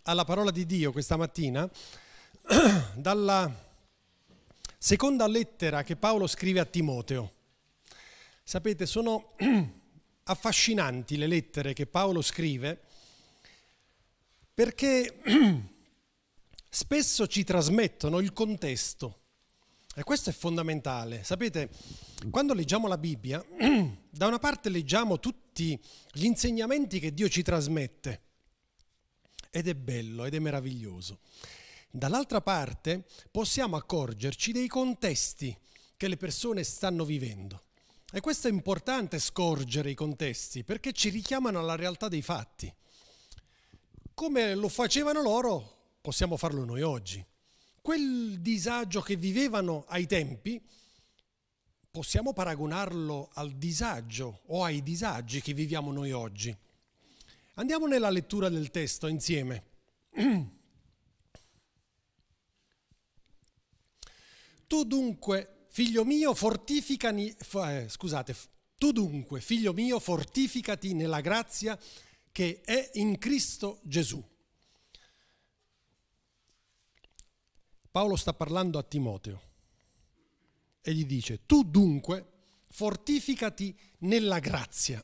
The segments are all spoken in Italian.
alla parola di Dio questa mattina dalla seconda lettera che Paolo scrive a Timoteo. Sapete, sono affascinanti le lettere che Paolo scrive perché spesso ci trasmettono il contesto e questo è fondamentale. Sapete, quando leggiamo la Bibbia, da una parte leggiamo tutti gli insegnamenti che Dio ci trasmette ed è bello ed è meraviglioso. Dall'altra parte possiamo accorgerci dei contesti che le persone stanno vivendo. E questo è importante, scorgere i contesti, perché ci richiamano alla realtà dei fatti. Come lo facevano loro, possiamo farlo noi oggi. Quel disagio che vivevano ai tempi, possiamo paragonarlo al disagio o ai disagi che viviamo noi oggi. Andiamo nella lettura del testo insieme. Tu dunque, figlio mio, fortificati nella grazia che è in Cristo Gesù. Paolo sta parlando a Timoteo e gli dice: tu dunque fortificati nella grazia.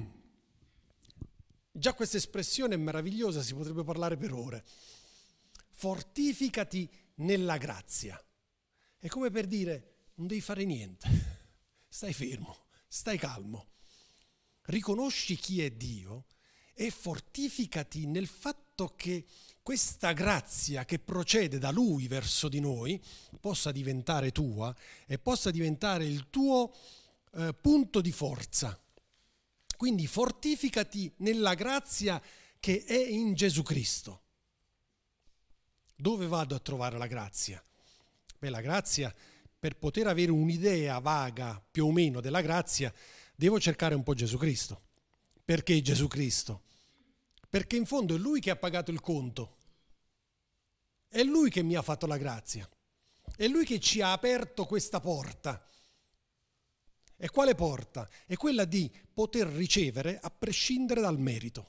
Già questa espressione è meravigliosa, si potrebbe parlare per ore. Fortificati nella grazia. È come per dire: non devi fare niente, stai fermo, stai calmo, riconosci chi è Dio e fortificati nel fatto che questa grazia che procede da Lui verso di noi possa diventare tua e possa diventare il tuo punto di forza. Quindi fortificati nella grazia che è in Gesù Cristo. Dove vado a trovare la grazia? Beh, la grazia, per poter avere un'idea vaga più o meno della grazia, devo cercare un po' Gesù Cristo. Perché Gesù Cristo? Perché in fondo è Lui che ha pagato il conto. È Lui che mi ha fatto la grazia. È Lui che ci ha aperto questa porta. E quale porta? È quella di poter ricevere a prescindere dal merito.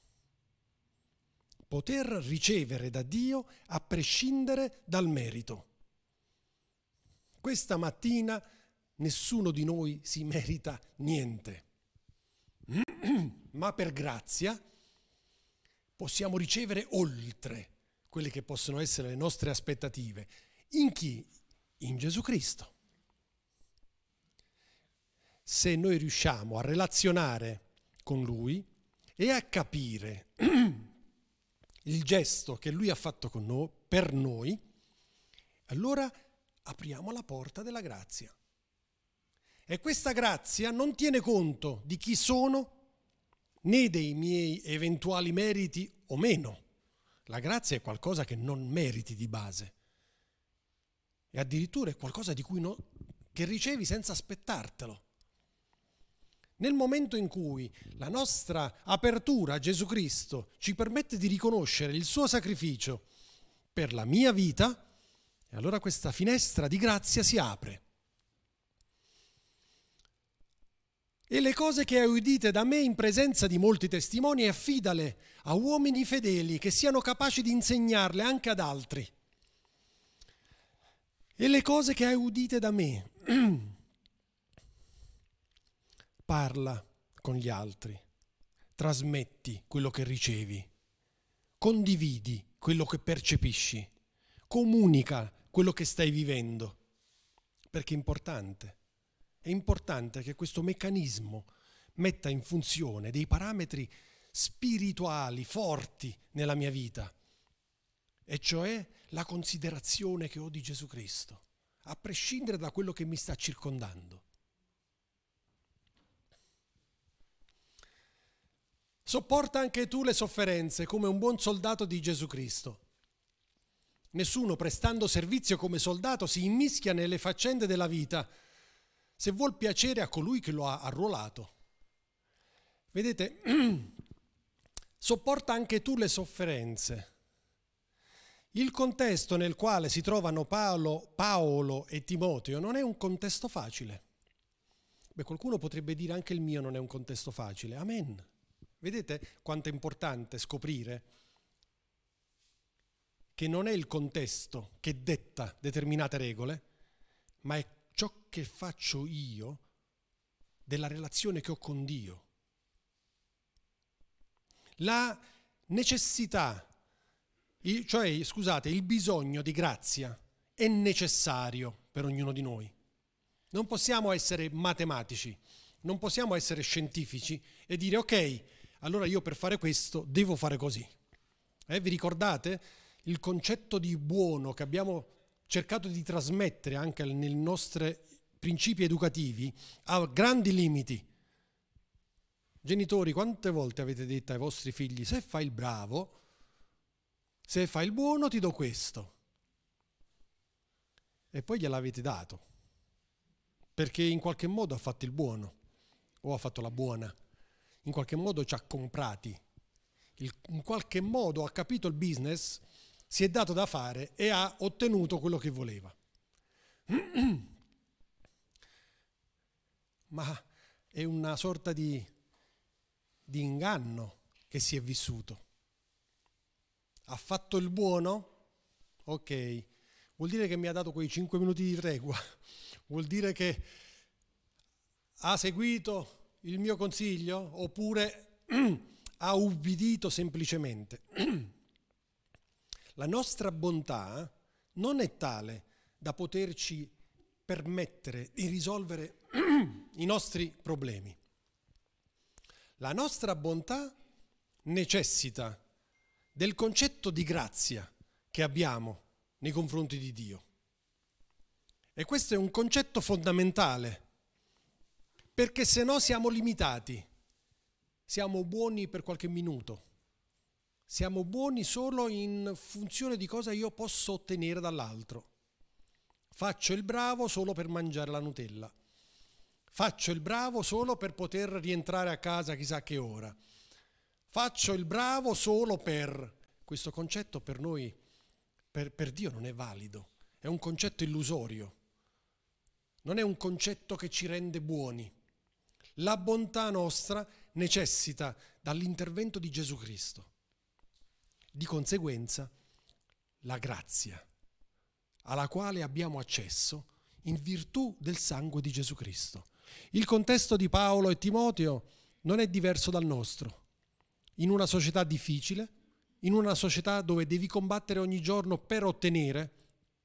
Poter ricevere da Dio a prescindere dal merito. Questa mattina nessuno di noi si merita niente, ma per grazia possiamo ricevere oltre quelle che possono essere le nostre aspettative. In chi? In Gesù Cristo. Se noi riusciamo a relazionare con Lui e a capire il gesto che Lui ha fatto con noi, per noi, allora apriamo la porta della grazia. E questa grazia non tiene conto di chi sono né dei miei eventuali meriti o meno. La grazia è qualcosa che non meriti di base. E addirittura è qualcosa di cui che ricevi senza aspettartelo. Nel momento in cui la nostra apertura a Gesù Cristo ci permette di riconoscere il suo sacrificio per la mia vita, e allora questa finestra di grazia si apre. E le cose che hai udite da me in presenza di molti testimoni, affidale a uomini fedeli che siano capaci di insegnarle anche ad altri. E le cose che hai udite da me, parla con gli altri, trasmetti quello che ricevi, condividi quello che percepisci, comunica quello che stai vivendo, perché è importante che questo meccanismo metta in funzione dei parametri spirituali forti nella mia vita, e cioè la considerazione che ho di Gesù Cristo, a prescindere da quello che mi sta circondando. Sopporta anche tu le sofferenze come un buon soldato di Gesù Cristo. Nessuno, prestando servizio come soldato, si immischia nelle faccende della vita se vuol piacere a colui che lo ha arruolato. Vedete, sopporta anche tu le sofferenze. Il contesto nel quale si trovano Paolo e Timoteo non è un contesto facile. Beh, qualcuno potrebbe dire: anche il mio non è un contesto facile. Amen. Vedete quanto è importante scoprire che non è il contesto che detta determinate regole, ma è ciò che faccio io della relazione che ho con Dio. La necessità, cioè, scusate, il bisogno di grazia è necessario per ognuno di noi. Non possiamo essere matematici, non possiamo essere scientifici e dire ok, allora io per fare questo devo fare così. Vi ricordate il concetto di buono che abbiamo cercato di trasmettere anche nei nostri principi educativi ha grandi limiti. Genitori, quante volte avete detto ai vostri figli se fai il bravo, se fai il buono ti do questo? E poi gliel'avete dato, perché in qualche modo ha fatto il buono o ha fatto la buona, in qualche modo ci ha comprati, in qualche modo ha capito il business, si è dato da fare e ha ottenuto quello che voleva. Ma è una sorta di inganno che si è vissuto. Ha fatto il buono? Ok, vuol dire che mi ha dato quei 5 minuti di tregua, vuol dire che ha seguito il mio consiglio oppure ha ubbidito semplicemente. La nostra bontà non è tale da poterci permettere di risolvere i nostri problemi. La nostra bontà necessita del concetto di grazia che abbiamo nei confronti di Dio. E questo è un concetto fondamentale, perché se no siamo limitati, siamo buoni per qualche minuto, siamo buoni solo in funzione di cosa io posso ottenere dall'altro. Faccio il bravo solo per mangiare la Nutella, faccio il bravo solo per poter rientrare a casa chissà che ora, faccio il bravo solo per... Questo concetto per noi, per Dio non è valido, è un concetto illusorio, non è un concetto che ci rende buoni. La bontà nostra necessita dall'intervento di Gesù Cristo. Di conseguenza, la grazia alla quale abbiamo accesso in virtù del sangue di Gesù Cristo. Il contesto di Paolo e Timoteo non è diverso dal nostro. In una società difficile, in una società dove devi combattere ogni giorno per ottenere,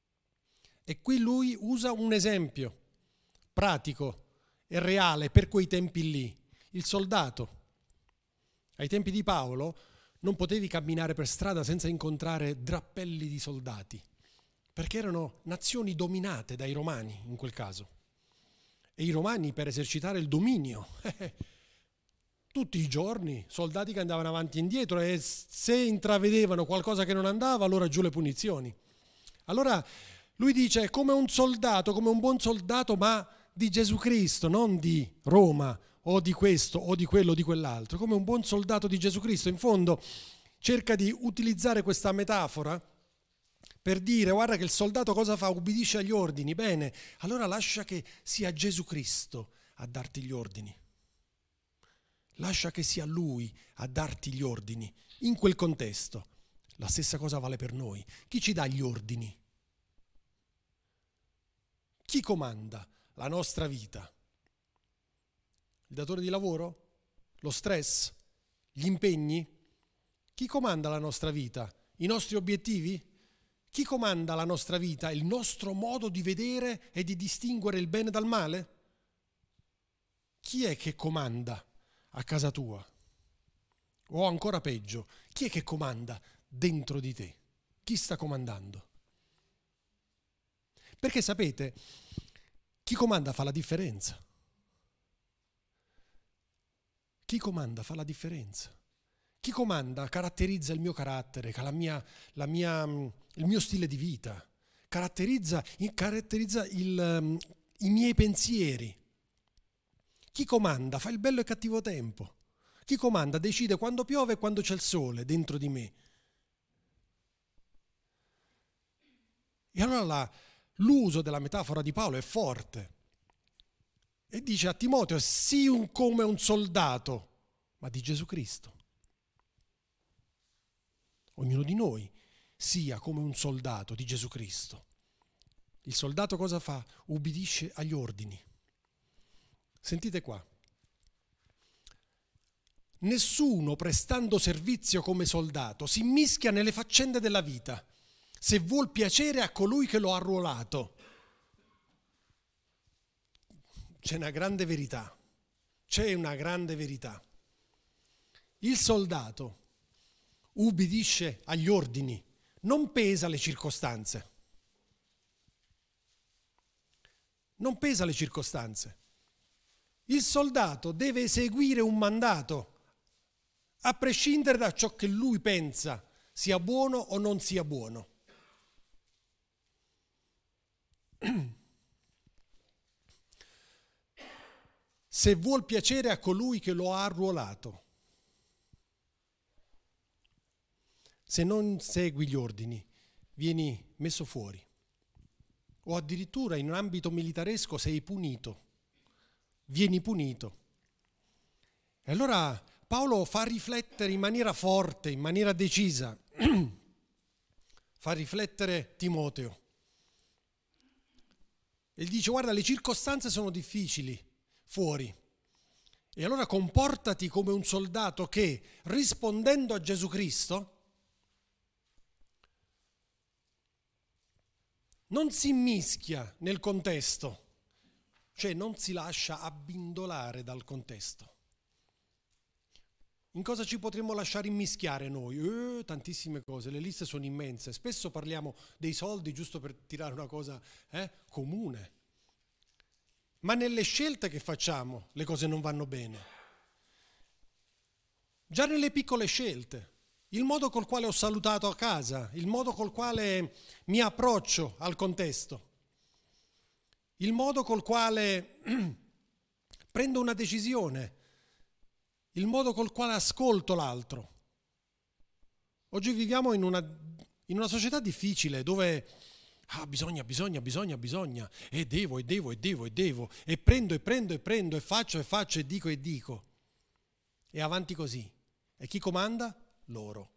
e qui lui usa un esempio pratico e reale per quei tempi lì. Il soldato. Ai tempi di Paolo non potevi camminare per strada senza incontrare drappelli di soldati, perché erano nazioni dominate dai romani in quel caso. E i romani, per esercitare il dominio, tutti i giorni soldati che andavano avanti e indietro, e se intravedevano qualcosa che non andava, allora giù le punizioni. Allora lui dice come un soldato, come un buon soldato, ma di Gesù Cristo, non di Roma o di questo o di quello o di quell'altro, come un buon soldato di Gesù Cristo. In fondo cerca di utilizzare questa metafora per dire guarda che il soldato cosa fa? Ubbidisce agli ordini. Bene, allora lascia che sia Gesù Cristo a darti gli ordini. Lascia che sia Lui a darti gli ordini. In quel contesto la stessa cosa vale per noi. Chi ci dà gli ordini? Chi comanda la nostra vita? Il datore di lavoro? Lo stress? Gli impegni? Chi comanda la nostra vita? I nostri obiettivi? Chi comanda la nostra vita? Il nostro modo di vedere e di distinguere il bene dal male? Chi è che comanda a casa tua? O ancora peggio, chi è che comanda dentro di te? Chi sta comandando? Perché sapete, chi comanda fa la differenza. Chi comanda fa la differenza. Chi comanda caratterizza il mio carattere, il mio stile di vita, caratterizza i miei pensieri. Chi comanda fa il bello e cattivo tempo. Chi comanda decide quando piove e quando c'è il sole dentro di me. E allora l'uso della metafora di Paolo è forte. E dice a Timoteo, sii come un soldato, ma di Gesù Cristo. Ognuno di noi sia come un soldato di Gesù Cristo. Il soldato cosa fa? Ubbidisce agli ordini. Sentite qua. Nessuno prestando servizio come soldato si immischia nelle faccende della vita, se vuol piacere a colui che lo ha arruolato. C'è una grande verità. C'è una grande verità. Il soldato ubbidisce agli ordini, non pesa le circostanze. Non pesa le circostanze. Il soldato deve eseguire un mandato, a prescindere da ciò che lui pensa sia buono o non sia buono. Se vuol piacere a colui che lo ha arruolato. Se non segui gli ordini, vieni messo fuori. O addirittura in un ambito militaresco sei punito. Vieni punito. E allora Paolo fa riflettere in maniera forte, in maniera decisa, fa riflettere Timoteo. E gli dice: guarda, le circostanze sono difficili fuori. E allora comportati come un soldato che, rispondendo a Gesù Cristo, non si mischia nel contesto, cioè non si lascia abbindolare dal contesto. In cosa ci potremmo lasciare immischiare noi? Tantissime cose, le liste sono immense. Spesso parliamo dei soldi giusto per tirare una cosa comune. Ma nelle scelte che facciamo le cose non vanno bene. Già nelle piccole scelte. Il modo col quale ho salutato a casa, il modo col quale mi approccio al contesto, il modo col quale prendo una decisione, il modo col quale ascolto l'altro. Oggi viviamo in una società difficile dove bisogna, e devo, e prendo, e faccio, e dico. E avanti così. E chi comanda? Loro.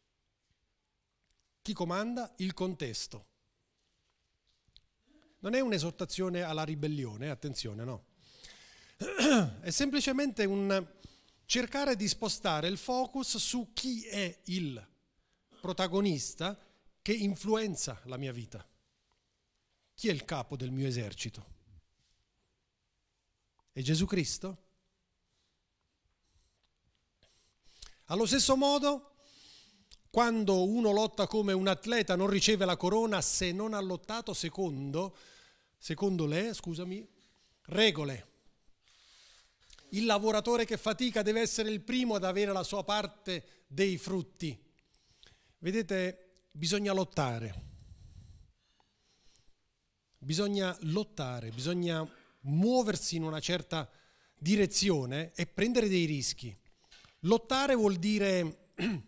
Chi comanda? Il contesto. Non è un'esortazione alla ribellione, attenzione, no. È semplicemente un cercare di spostare il focus su chi è il protagonista che influenza la mia vita. Chi è il capo del mio esercito? È Gesù Cristo? Allo stesso modo, quando uno lotta come un atleta non riceve la corona se non ha lottato secondo le regole. Il lavoratore che fatica deve essere il primo ad avere la sua parte dei frutti. Vedete, bisogna lottare, bisogna muoversi in una certa direzione e prendere dei rischi. Lottare vuol dire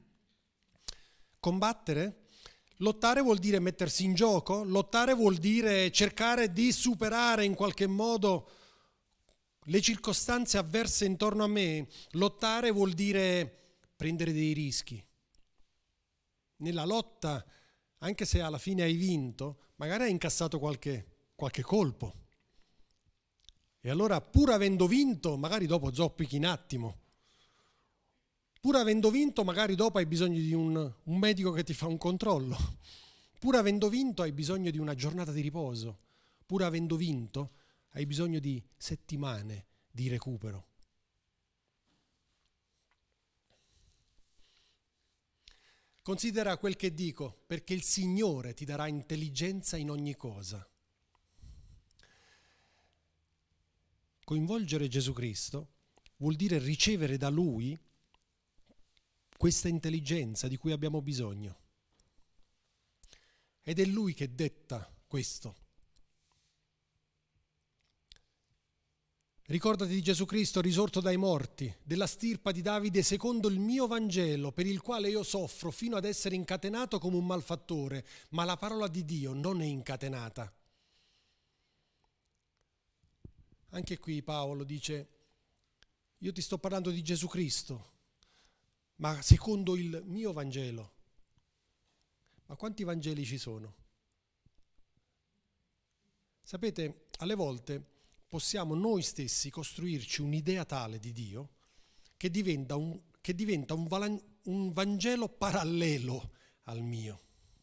combattere, lottare vuol dire mettersi in gioco, lottare vuol dire cercare di superare in qualche modo le circostanze avverse intorno a me. Lottare vuol dire prendere dei rischi. Nella lotta, anche se alla fine hai vinto, magari hai incassato qualche colpo. E allora, pur avendo vinto, magari dopo zoppichi un attimo. Pur avendo vinto, magari dopo hai bisogno di un medico che ti fa un controllo. Pur avendo vinto, hai bisogno di una giornata di riposo. Pur avendo vinto, hai bisogno di settimane di recupero. Considera quel che dico, perché il Signore ti darà intelligenza in ogni cosa. Coinvolgere Gesù Cristo vuol dire ricevere da Lui questa intelligenza di cui abbiamo bisogno. Ed è Lui che detta questo. Ricordati di Gesù Cristo risorto dai morti, della stirpa di Davide secondo il mio Vangelo, per il quale io soffro fino ad essere incatenato come un malfattore, ma la parola di Dio non è incatenata. Anche qui Paolo dice: io ti sto parlando di Gesù Cristo, ma secondo il mio Vangelo. Ma quanti Vangeli ci sono? Sapete, alle volte possiamo noi stessi costruirci un'idea tale di Dio che diventa un Vangelo parallelo al mio.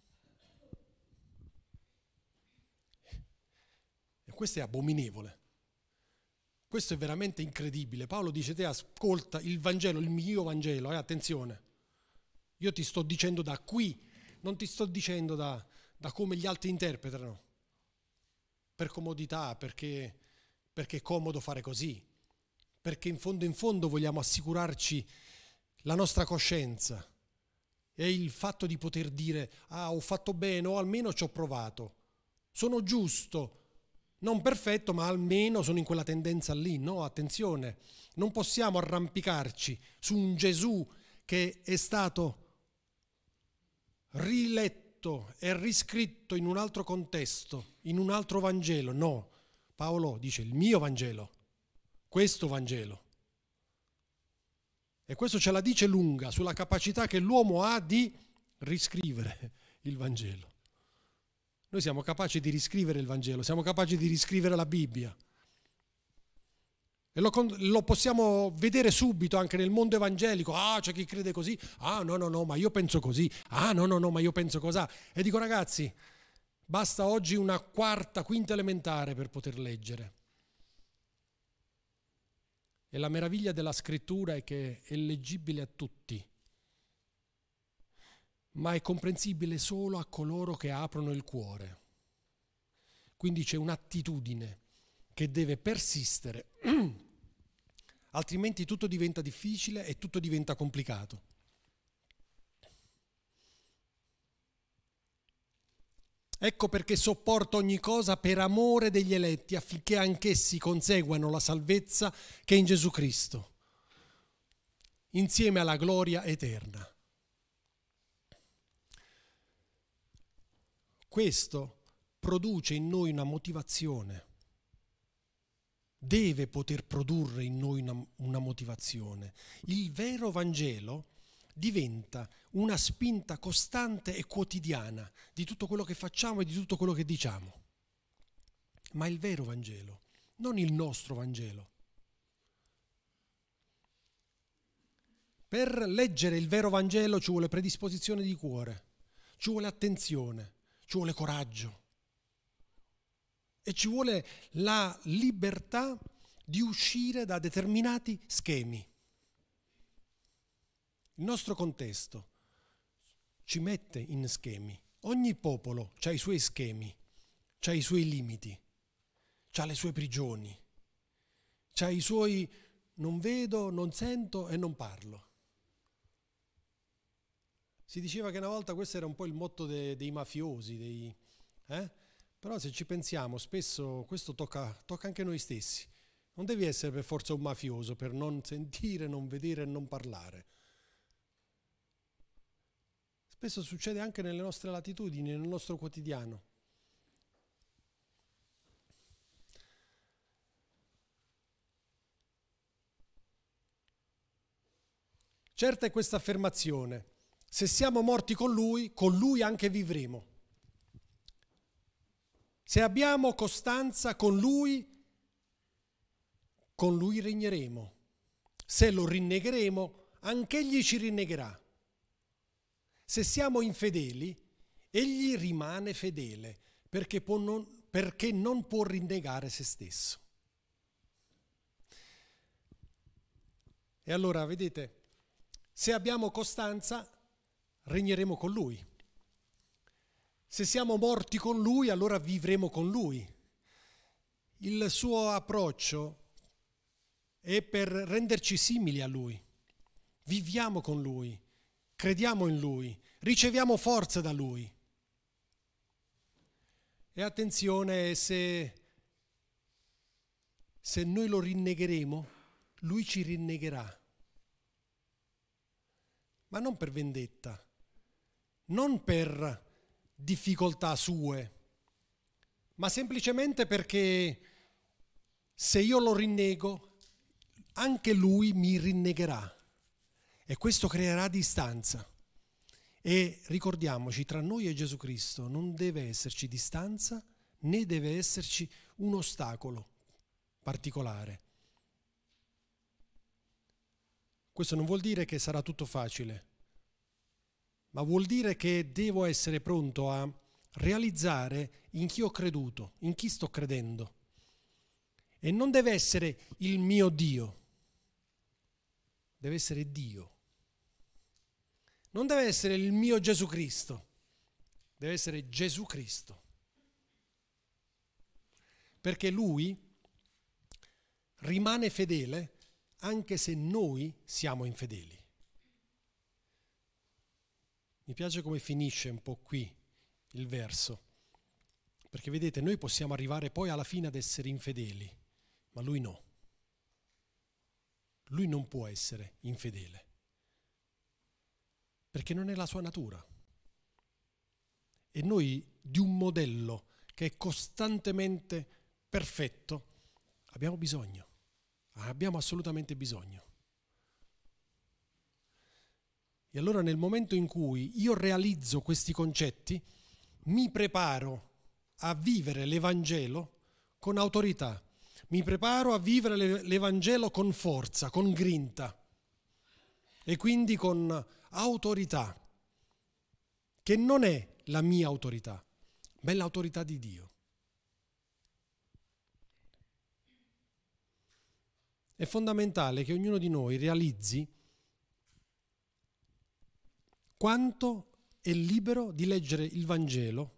E questo è abominevole. Questo è veramente incredibile. Paolo dice: te ascolta il Vangelo, il mio Vangelo, attenzione. Io ti sto dicendo da qui, non ti sto dicendo da come gli altri interpretano. Per comodità, perché è comodo fare così, perché in fondo vogliamo assicurarci la nostra coscienza e il fatto di poter dire: ho fatto bene, o almeno ci ho provato, sono giusto, non perfetto, ma almeno sono in quella tendenza lì. No, attenzione, non possiamo arrampicarci su un Gesù che è stato riletto e riscritto in un altro contesto, in un altro Vangelo. No, Paolo dice il mio Vangelo, questo Vangelo. E questo ce la dice lunga sulla capacità che l'uomo ha di riscrivere il Vangelo. Noi siamo capaci di riscrivere il Vangelo, siamo capaci di riscrivere la Bibbia. E lo possiamo vedere subito anche nel mondo evangelico. C'è chi crede così. No, ma io penso così. No, ma io penso così. E dico: ragazzi, basta oggi una quarta, quinta elementare per poter leggere. E la meraviglia della scrittura è che è leggibile a tutti, ma è comprensibile solo a coloro che aprono il cuore. Quindi c'è un'attitudine che deve persistere, altrimenti tutto diventa difficile e tutto diventa complicato. Ecco perché sopporto ogni cosa per amore degli eletti, affinché anch'essi conseguano la salvezza che è in Gesù Cristo, insieme alla gloria eterna. Questo produce in noi una motivazione. Deve poter produrre in noi una motivazione. Il vero Vangelo diventa una spinta costante e quotidiana di tutto quello che facciamo e di tutto quello che diciamo. Ma il vero Vangelo, non il nostro Vangelo. Per leggere il vero Vangelo ci vuole predisposizione di cuore, ci vuole attenzione, ci vuole coraggio. E ci vuole la libertà di uscire da determinati schemi. Il nostro contesto ci mette in schemi. Ogni popolo ha i suoi schemi, ha i suoi limiti, ha le sue prigioni, ha i suoi non vedo, non sento e non parlo. Si diceva che una volta questo era un po' il motto dei mafiosi, Però se ci pensiamo, spesso questo tocca anche noi stessi. Non devi essere per forza un mafioso per non sentire, non vedere e non parlare. Spesso succede anche nelle nostre latitudini, nel nostro quotidiano. Certa è questa affermazione: se siamo morti con lui anche vivremo. Se abbiamo costanza con lui regneremo. Se lo rinnegheremo, anch'egli ci rinnegherà. Se siamo infedeli, egli rimane fedele, perché non può rinnegare se stesso. E allora, vedete, se abbiamo costanza, regneremo con lui. Se siamo morti con lui, allora vivremo con lui. Il suo approccio è per renderci simili a lui. Viviamo con lui, crediamo in lui, riceviamo forza da lui. E attenzione, se noi lo rinnegheremo, lui ci rinnegherà. Ma non per vendetta, non per difficoltà sue, ma semplicemente perché se io lo rinnego, anche lui mi rinnegherà e questo creerà distanza E ricordiamoci, tra noi e Gesù Cristo non deve esserci distanza, né deve esserci un ostacolo particolare. Questo non vuol dire che sarà tutto facile, ma vuol dire che devo essere pronto a realizzare in chi ho creduto, in chi sto credendo. E non deve essere il mio Dio, deve essere Dio. Non deve essere il mio Gesù Cristo, deve essere Gesù Cristo. Perché Lui rimane fedele anche se noi siamo infedeli. Mi piace come finisce un po' qui il verso, perché vedete, noi possiamo arrivare poi alla fine ad essere infedeli, ma Lui no. Lui non può essere infedele, perché non è la sua natura. E noi di un modello che è costantemente perfetto abbiamo bisogno, abbiamo assolutamente bisogno. E allora nel momento in cui io realizzo questi concetti, mi preparo a vivere l'Evangelo con autorità, mi preparo a vivere l'Evangelo con forza, con grinta e quindi con autorità, che non è la mia autorità, ma è l'autorità di Dio. È fondamentale che ognuno di noi realizzi quanto è libero di leggere il Vangelo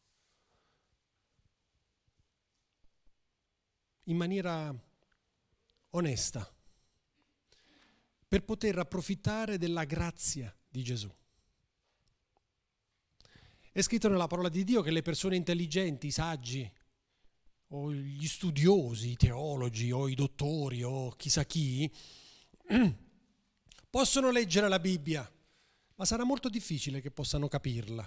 in maniera onesta, per poter approfittare della grazia di Gesù. È scritto nella parola di Dio che le persone intelligenti, i saggi, o gli studiosi, i teologi, o i dottori, o chissà chi, possono leggere la Bibbia, ma sarà molto difficile che possano capirla.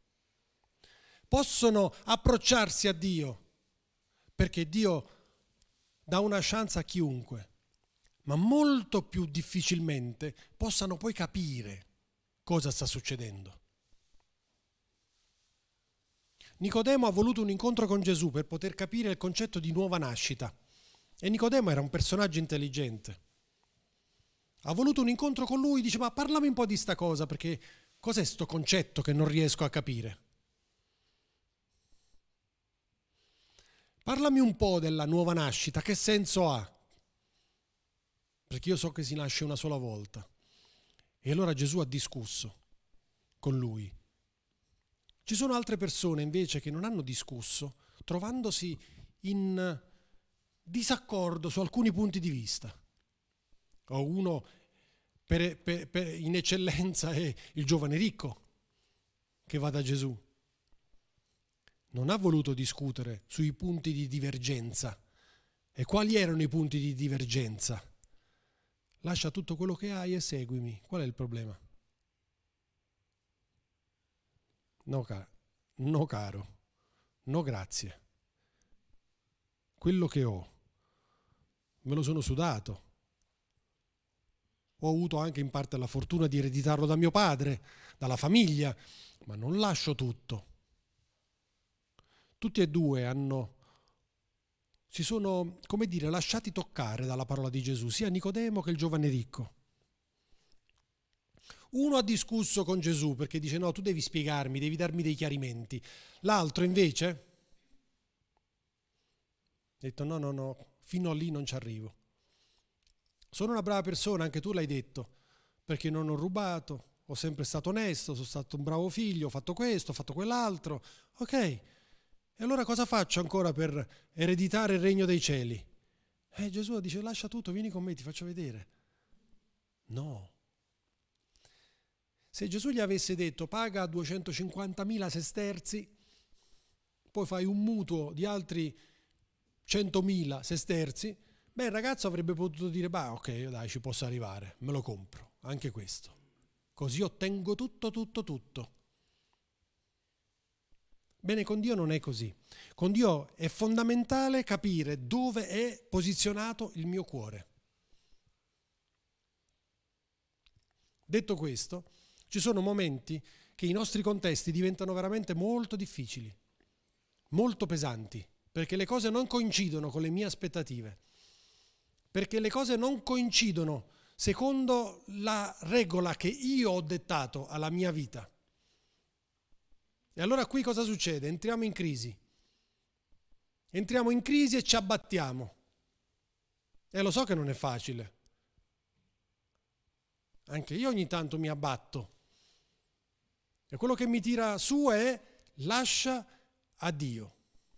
Possono approcciarsi a Dio, perché Dio dà una chance a chiunque, ma molto più difficilmente possano poi capire cosa sta succedendo. Nicodemo ha voluto un incontro con Gesù per poter capire il concetto di nuova nascita. E Nicodemo era un personaggio intelligente. Ha voluto un incontro con lui, dice: ma parlami un po' di sta cosa, perché cos'è sto concetto che non riesco a capire? Parlami un po' della nuova nascita, che senso ha? Perché io so che si nasce una sola volta. E allora Gesù ha discusso con lui. Ci sono altre persone invece che non hanno discusso, trovandosi in disaccordo su alcuni punti di vista. O uno in eccellenza è il giovane ricco che va da Gesù. Non ha voluto discutere sui punti di divergenza. E quali erano i punti di divergenza? Lascia tutto quello che hai e seguimi. Qual è il problema? No caro, no grazie. Quello che ho me lo sono sudato. Ho avuto anche in parte la fortuna di ereditarlo da mio padre, dalla famiglia, ma non lascio tutto. Tutti e due si sono, come dire, lasciati toccare dalla parola di Gesù, sia Nicodemo che il giovane ricco. Uno ha discusso con Gesù perché dice: no, tu devi spiegarmi, devi darmi dei chiarimenti. L'altro invece ha detto: no, fino a lì non ci arrivo. Sono una brava persona, anche tu l'hai detto, perché non ho rubato, ho sempre stato onesto, sono stato un bravo figlio, ho fatto questo, ho fatto quell'altro. Ok, e allora cosa faccio ancora per ereditare il regno dei cieli? Gesù dice: lascia tutto, vieni con me, ti faccio vedere. No. Se Gesù gli avesse detto: paga 250.000 sesterzi, poi fai un mutuo di altri 100.000 sesterzi, il ragazzo avrebbe potuto dire: ok, dai, ci posso arrivare, me lo compro, anche questo. Così ottengo tutto. Bene, con Dio non è così. Con Dio è fondamentale capire dove è posizionato il mio cuore. Detto questo, ci sono momenti che i nostri contesti diventano veramente molto difficili, molto pesanti, perché le cose non coincidono con le mie aspettative, perché le cose non coincidono secondo la regola che io ho dettato alla mia vita. E allora qui cosa succede? Entriamo in crisi e ci abbattiamo. E lo so che non è facile. Anche io ogni tanto mi abbatto. E quello che mi tira su è: lascia a Dio.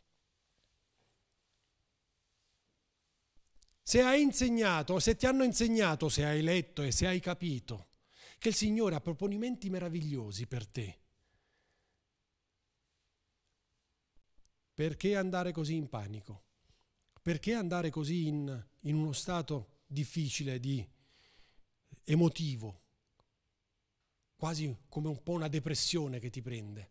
Se hai insegnato, se ti hanno insegnato, se hai letto e se hai capito che il Signore ha proponimenti meravigliosi per te, perché andare così in panico? Perché andare così in uno stato difficile, emotivo, quasi come un po' una depressione che ti prende?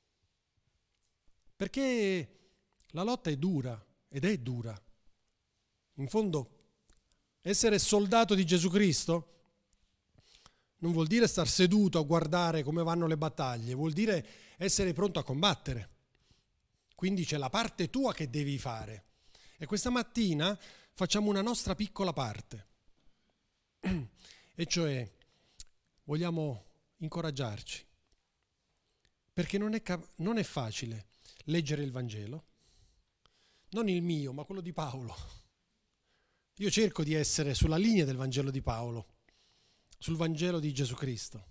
Perché la lotta è dura, ed è dura. In fondo, essere soldato di Gesù Cristo non vuol dire star seduto a guardare come vanno le battaglie, vuol dire essere pronto a combattere. Quindi c'è la parte tua che devi fare. E questa mattina facciamo una nostra piccola parte. E cioè vogliamo incoraggiarci. Perché non è facile leggere il Vangelo. Non il mio, ma quello di Paolo. Io cerco di essere sulla linea del Vangelo di Paolo, sul Vangelo di Gesù Cristo.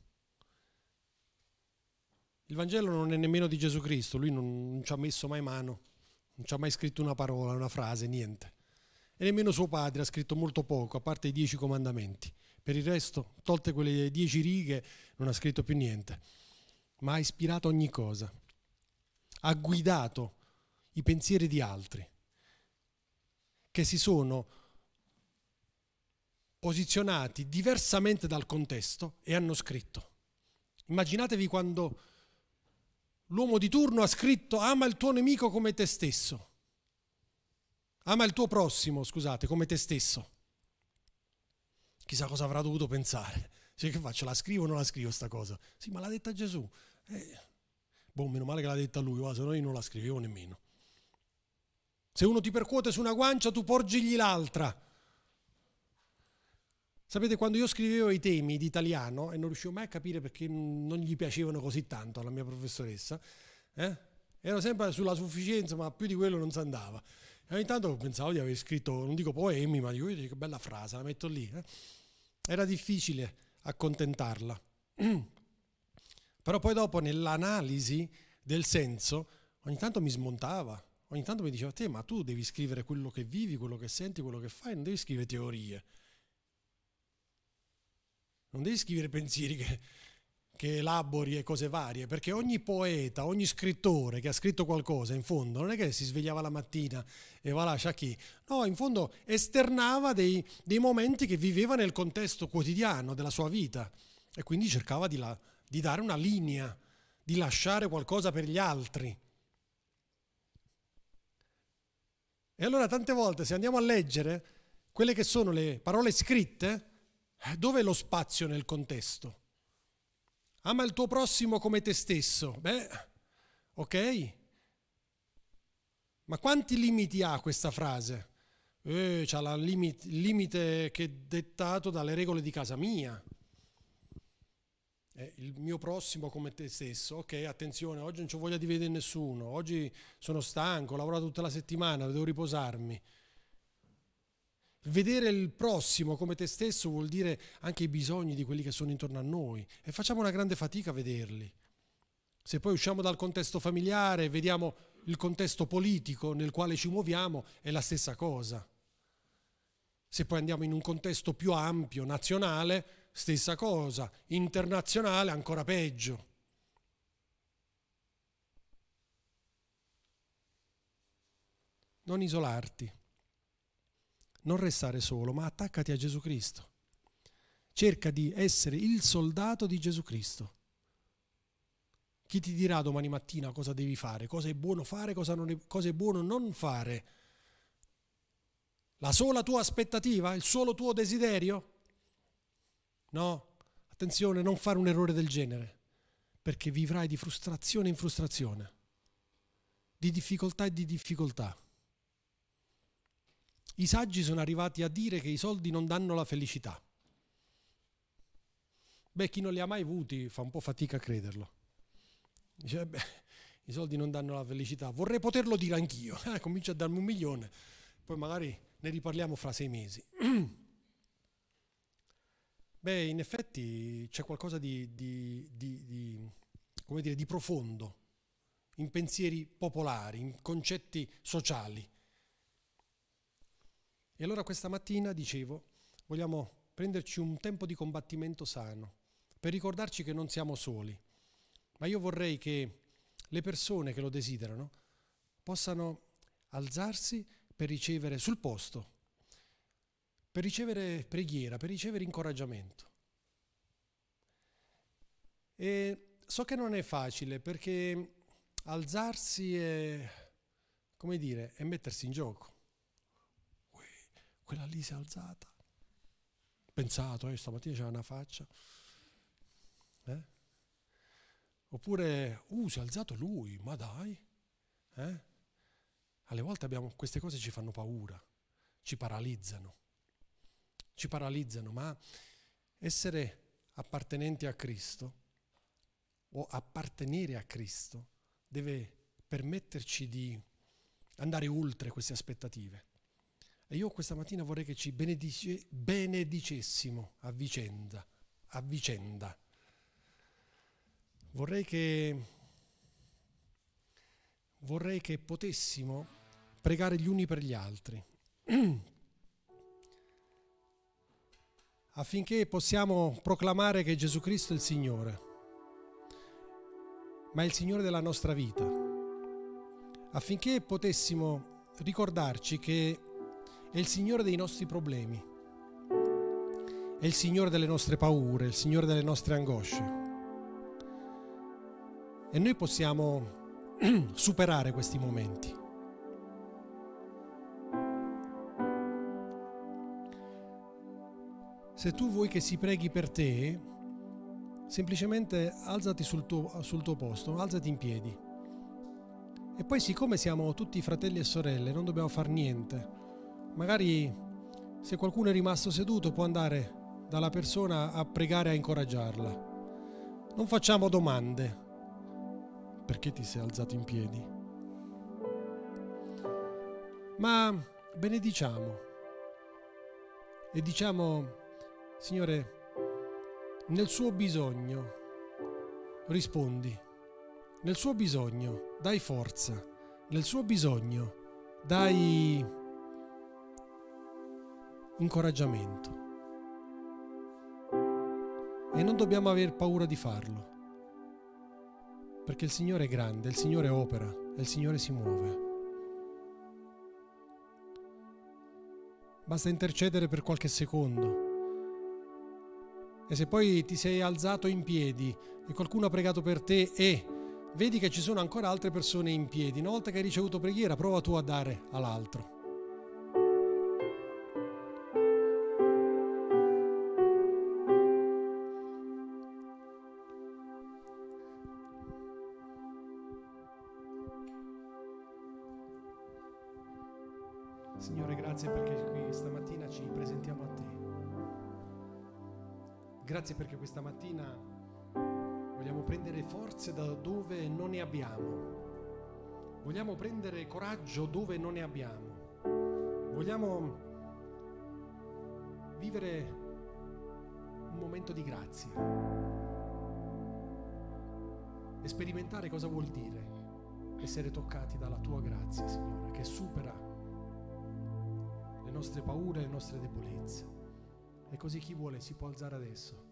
Il Vangelo non è nemmeno di Gesù Cristo, lui non ci ha messo mai mano, non ci ha mai scritto una parola, una frase, niente. E nemmeno suo padre ha scritto molto poco, a parte i 10 comandamenti. Per il resto, tolte quelle 10 righe, non ha scritto più niente. Ma ha ispirato ogni cosa. Ha guidato i pensieri di altri, che si sono posizionati diversamente dal contesto e hanno scritto. Immaginatevi quando l'uomo di turno ha scritto: ama il tuo nemico come te stesso. Ama il tuo prossimo, scusate, come te stesso. Chissà cosa avrà dovuto pensare. Cioè, che faccio? La scrivo o non la scrivo sta cosa? Sì, ma l'ha detta Gesù. Meno male che l'ha detta lui, se no io non la scrivevo nemmeno. Se uno ti percuote su una guancia, tu porgigli l'altra. Sapete, quando io scrivevo i temi di italiano, e non riuscivo mai a capire perché non gli piacevano così tanto alla mia professoressa, ero sempre sulla sufficienza, ma più di quello non si andava. E ogni tanto pensavo di aver scritto, non dico poemi, ma dico, che bella frase, la metto lì. Era difficile accontentarla. Però poi dopo, nell'analisi del senso, ogni tanto mi smontava. Ogni tanto mi diceva: te, ma tu devi scrivere quello che vivi, quello che senti, quello che fai, non devi scrivere teorie. Non devi scrivere pensieri che elabori e cose varie, perché ogni poeta, ogni scrittore che ha scritto qualcosa, in fondo, non è che si svegliava la mattina e va là, sciacchi. No, in fondo esternava dei momenti che viveva nel contesto quotidiano della sua vita e quindi cercava di dare una linea, di lasciare qualcosa per gli altri. E allora tante volte, se andiamo a leggere quelle che sono le parole scritte, dove è lo spazio nel contesto? Ama il tuo prossimo come te stesso. Ok. Ma quanti limiti ha questa frase? C'ha il limite che è dettato dalle regole di casa mia. Il mio prossimo come te stesso. Ok, attenzione, oggi non c'ho voglia di vedere nessuno. Oggi sono stanco, ho lavorato tutta la settimana, devo riposarmi. Vedere il prossimo come te stesso vuol dire anche i bisogni di quelli che sono intorno a noi e facciamo una grande fatica a vederli. Se poi usciamo dal contesto familiare e vediamo il contesto politico nel quale ci muoviamo, è la stessa cosa. Se poi andiamo in un contesto più ampio, nazionale, stessa cosa, internazionale ancora peggio. Non isolarti. Non restare solo, ma attaccati a Gesù Cristo. Cerca di essere il soldato di Gesù Cristo. Chi ti dirà domani mattina cosa devi fare, cosa è buono fare, cosa è buono non fare? La sola tua aspettativa? Il solo tuo desiderio? No, attenzione, non fare un errore del genere, perché vivrai di frustrazione in frustrazione, di difficoltà e di difficoltà. I saggi sono arrivati a dire che i soldi non danno la felicità. Beh, chi non li ha mai avuti fa un po' fatica a crederlo. Dice, beh, i soldi non danno la felicità. Vorrei poterlo dire anch'io. Comincia a darmi 1 milione, poi magari ne riparliamo fra 6 mesi. Beh, in effetti c'è qualcosa come dire, di profondo in pensieri popolari, in concetti sociali. E allora questa mattina, dicevo, vogliamo prenderci un tempo di combattimento sano per ricordarci che non siamo soli. Ma io vorrei che le persone che lo desiderano possano alzarsi per ricevere sul posto, per ricevere preghiera, per ricevere incoraggiamento. E so che non è facile perché alzarsi è, come dire, è mettersi in gioco. Quella lì si è alzata. Pensato, stamattina c'era una faccia. Oppure, si è alzato lui, ma dai. Alle volte queste cose ci fanno paura, ci paralizzano, ma essere appartenenti a Cristo o appartenere a Cristo deve permetterci di andare oltre queste aspettative. E io questa mattina vorrei che ci benedicessimo a vicenda. Vorrei che potessimo pregare gli uni per gli altri affinché possiamo proclamare che Gesù Cristo è il Signore, ma è il Signore della nostra vita, affinché potessimo ricordarci che è il Signore dei nostri problemi, è il Signore delle nostre paure, è il Signore delle nostre angosce. E noi possiamo superare questi momenti. Se tu vuoi che si preghi per te, semplicemente alzati sul tuo posto, alzati in piedi. E poi, siccome siamo tutti fratelli e sorelle, non dobbiamo far niente. Magari se qualcuno è rimasto seduto può andare dalla persona a pregare, a incoraggiarla. Non facciamo domande. Perché ti sei alzato in piedi? Ma benediciamo e diciamo: Signore, nel suo bisogno rispondi, nel suo bisogno dai forza, nel suo bisogno dai incoraggiamento. E non dobbiamo aver paura di farlo, perché il Signore è grande, il Signore opera e il Signore si muove. Basta intercedere per qualche secondo. E se poi ti sei alzato in piedi e qualcuno ha pregato per te e vedi che ci sono ancora altre persone in piedi, una volta che hai ricevuto preghiera, prova tu a dare all'altro. Signore, grazie perché qui stamattina ci presentiamo a te. Grazie perché questa mattina vogliamo prendere forze da dove non ne abbiamo. Vogliamo prendere coraggio dove non ne abbiamo. Vogliamo vivere un momento di grazia e sperimentare cosa vuol dire essere toccati dalla tua grazia, Signore, che supera le nostre paure e le nostre debolezze. E così chi vuole si può alzare adesso.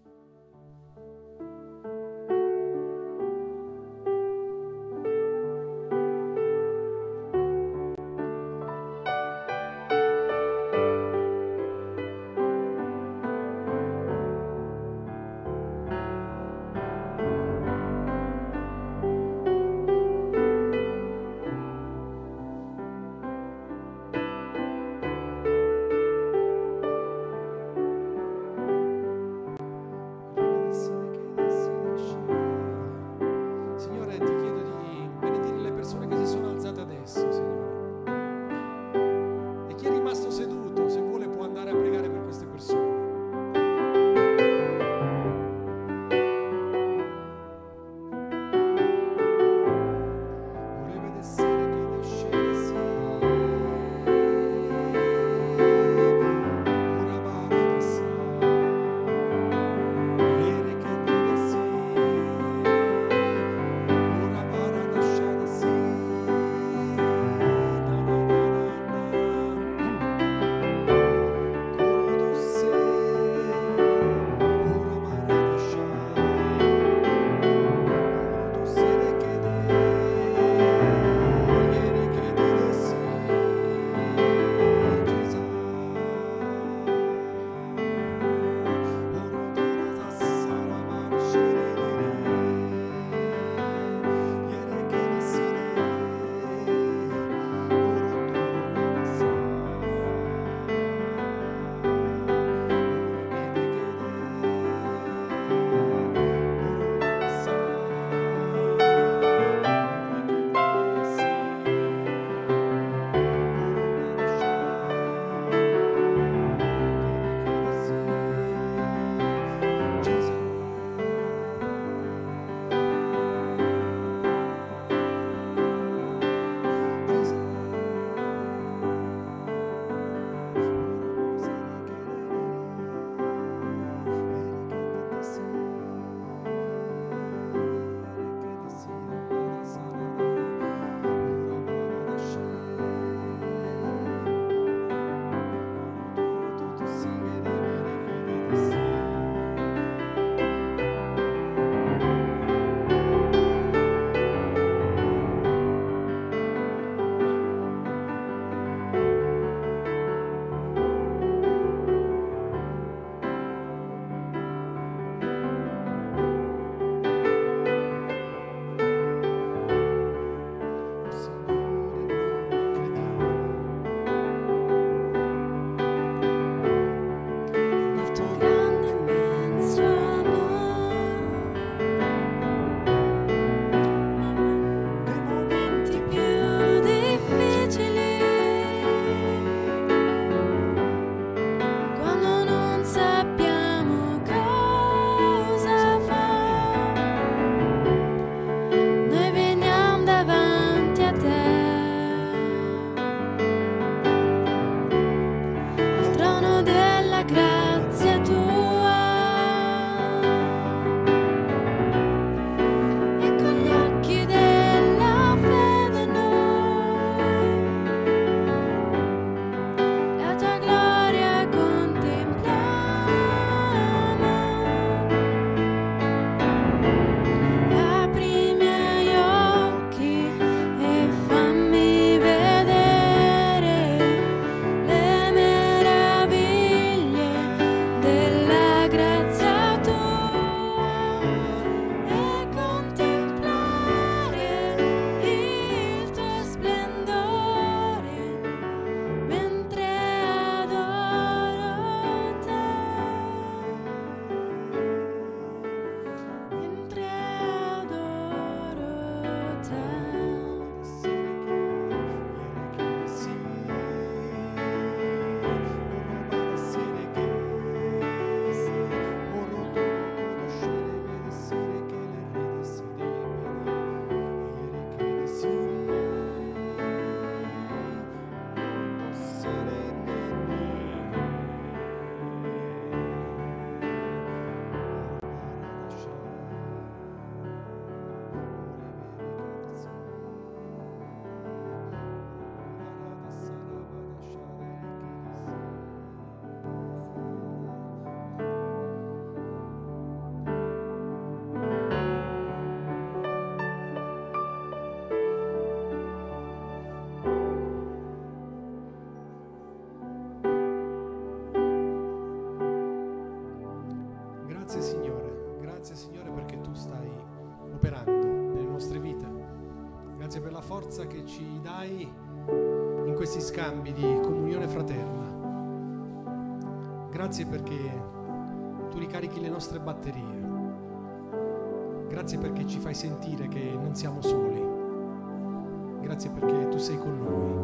Grazie Signore perché tu stai operando nelle nostre vite. Grazie per la forza che ci dai in questi scambi di comunione fraterna. Grazie perché tu ricarichi le nostre batterie. Grazie perché ci fai sentire che non siamo soli. Grazie perché tu sei con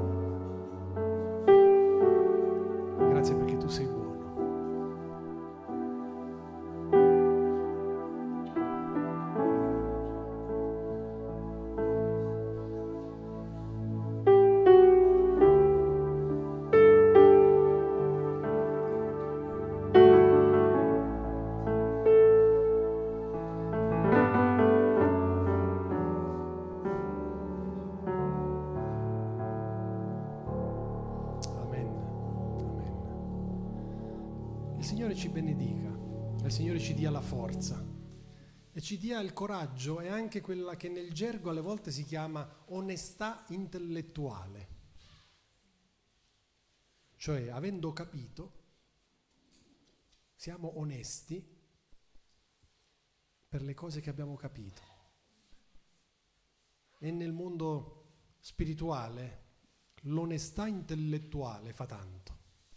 noi. Grazie perché tu sei buono. Il Signore ci benedica, il Signore ci dia la forza e ci dia il coraggio e anche quella che nel gergo alle volte si chiama onestà intellettuale. Cioè, avendo capito, siamo onesti per le cose che abbiamo capito. E nel mondo spirituale l'onestà intellettuale fa tanto.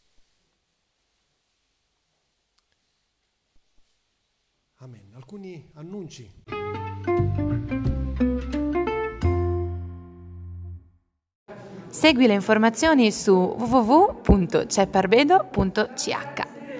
Amen. Alcuni annunci. Segui le informazioni su www.cepparbedo.ch.